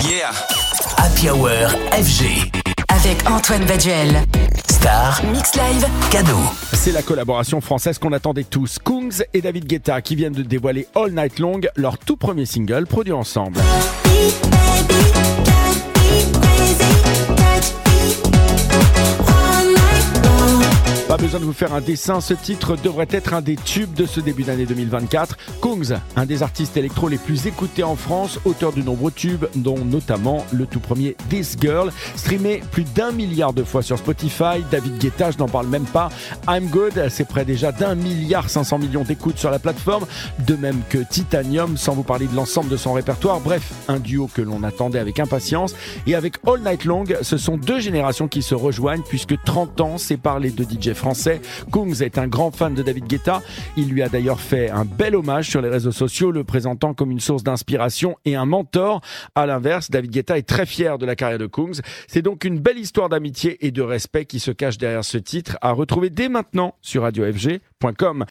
Yeah. Happy Hour FG. Avec Antoine Baduel. Star, Mix Live, cadeau. C'est la collaboration française qu'on attendait tous. Kungs et David Guetta qui viennent de dévoiler All Night Long, leur tout premier single produit ensemble. Pas besoin de vous faire un dessin, ce titre devrait être un des tubes de ce début d'année 2024. Kungs, un des artistes électro les plus écoutés en France, auteur de nombreux tubes, dont notamment le tout premier This Girl, streamé plus d'1 milliard de fois sur Spotify. David Guetta, je n'en parle même pas. I'm Good, c'est près déjà d'1,5 milliard d'écoutes sur la plateforme, de même que Titanium, sans vous parler de l'ensemble de son répertoire. Bref, un duo que l'on attendait avec impatience. Et avec All Night Long, ce sont deux générations qui se rejoignent, puisque 30 ans séparent les deux DJ français. Kungs est un grand fan de David Guetta. Il lui a d'ailleurs fait un bel hommage sur les réseaux sociaux, le présentant comme une source d'inspiration et un mentor. À l'inverse, David Guetta est très fier de la carrière de Kungs. C'est donc une belle histoire d'amitié et de respect qui se cache derrière ce titre, à retrouver dès maintenant sur radiofg.com.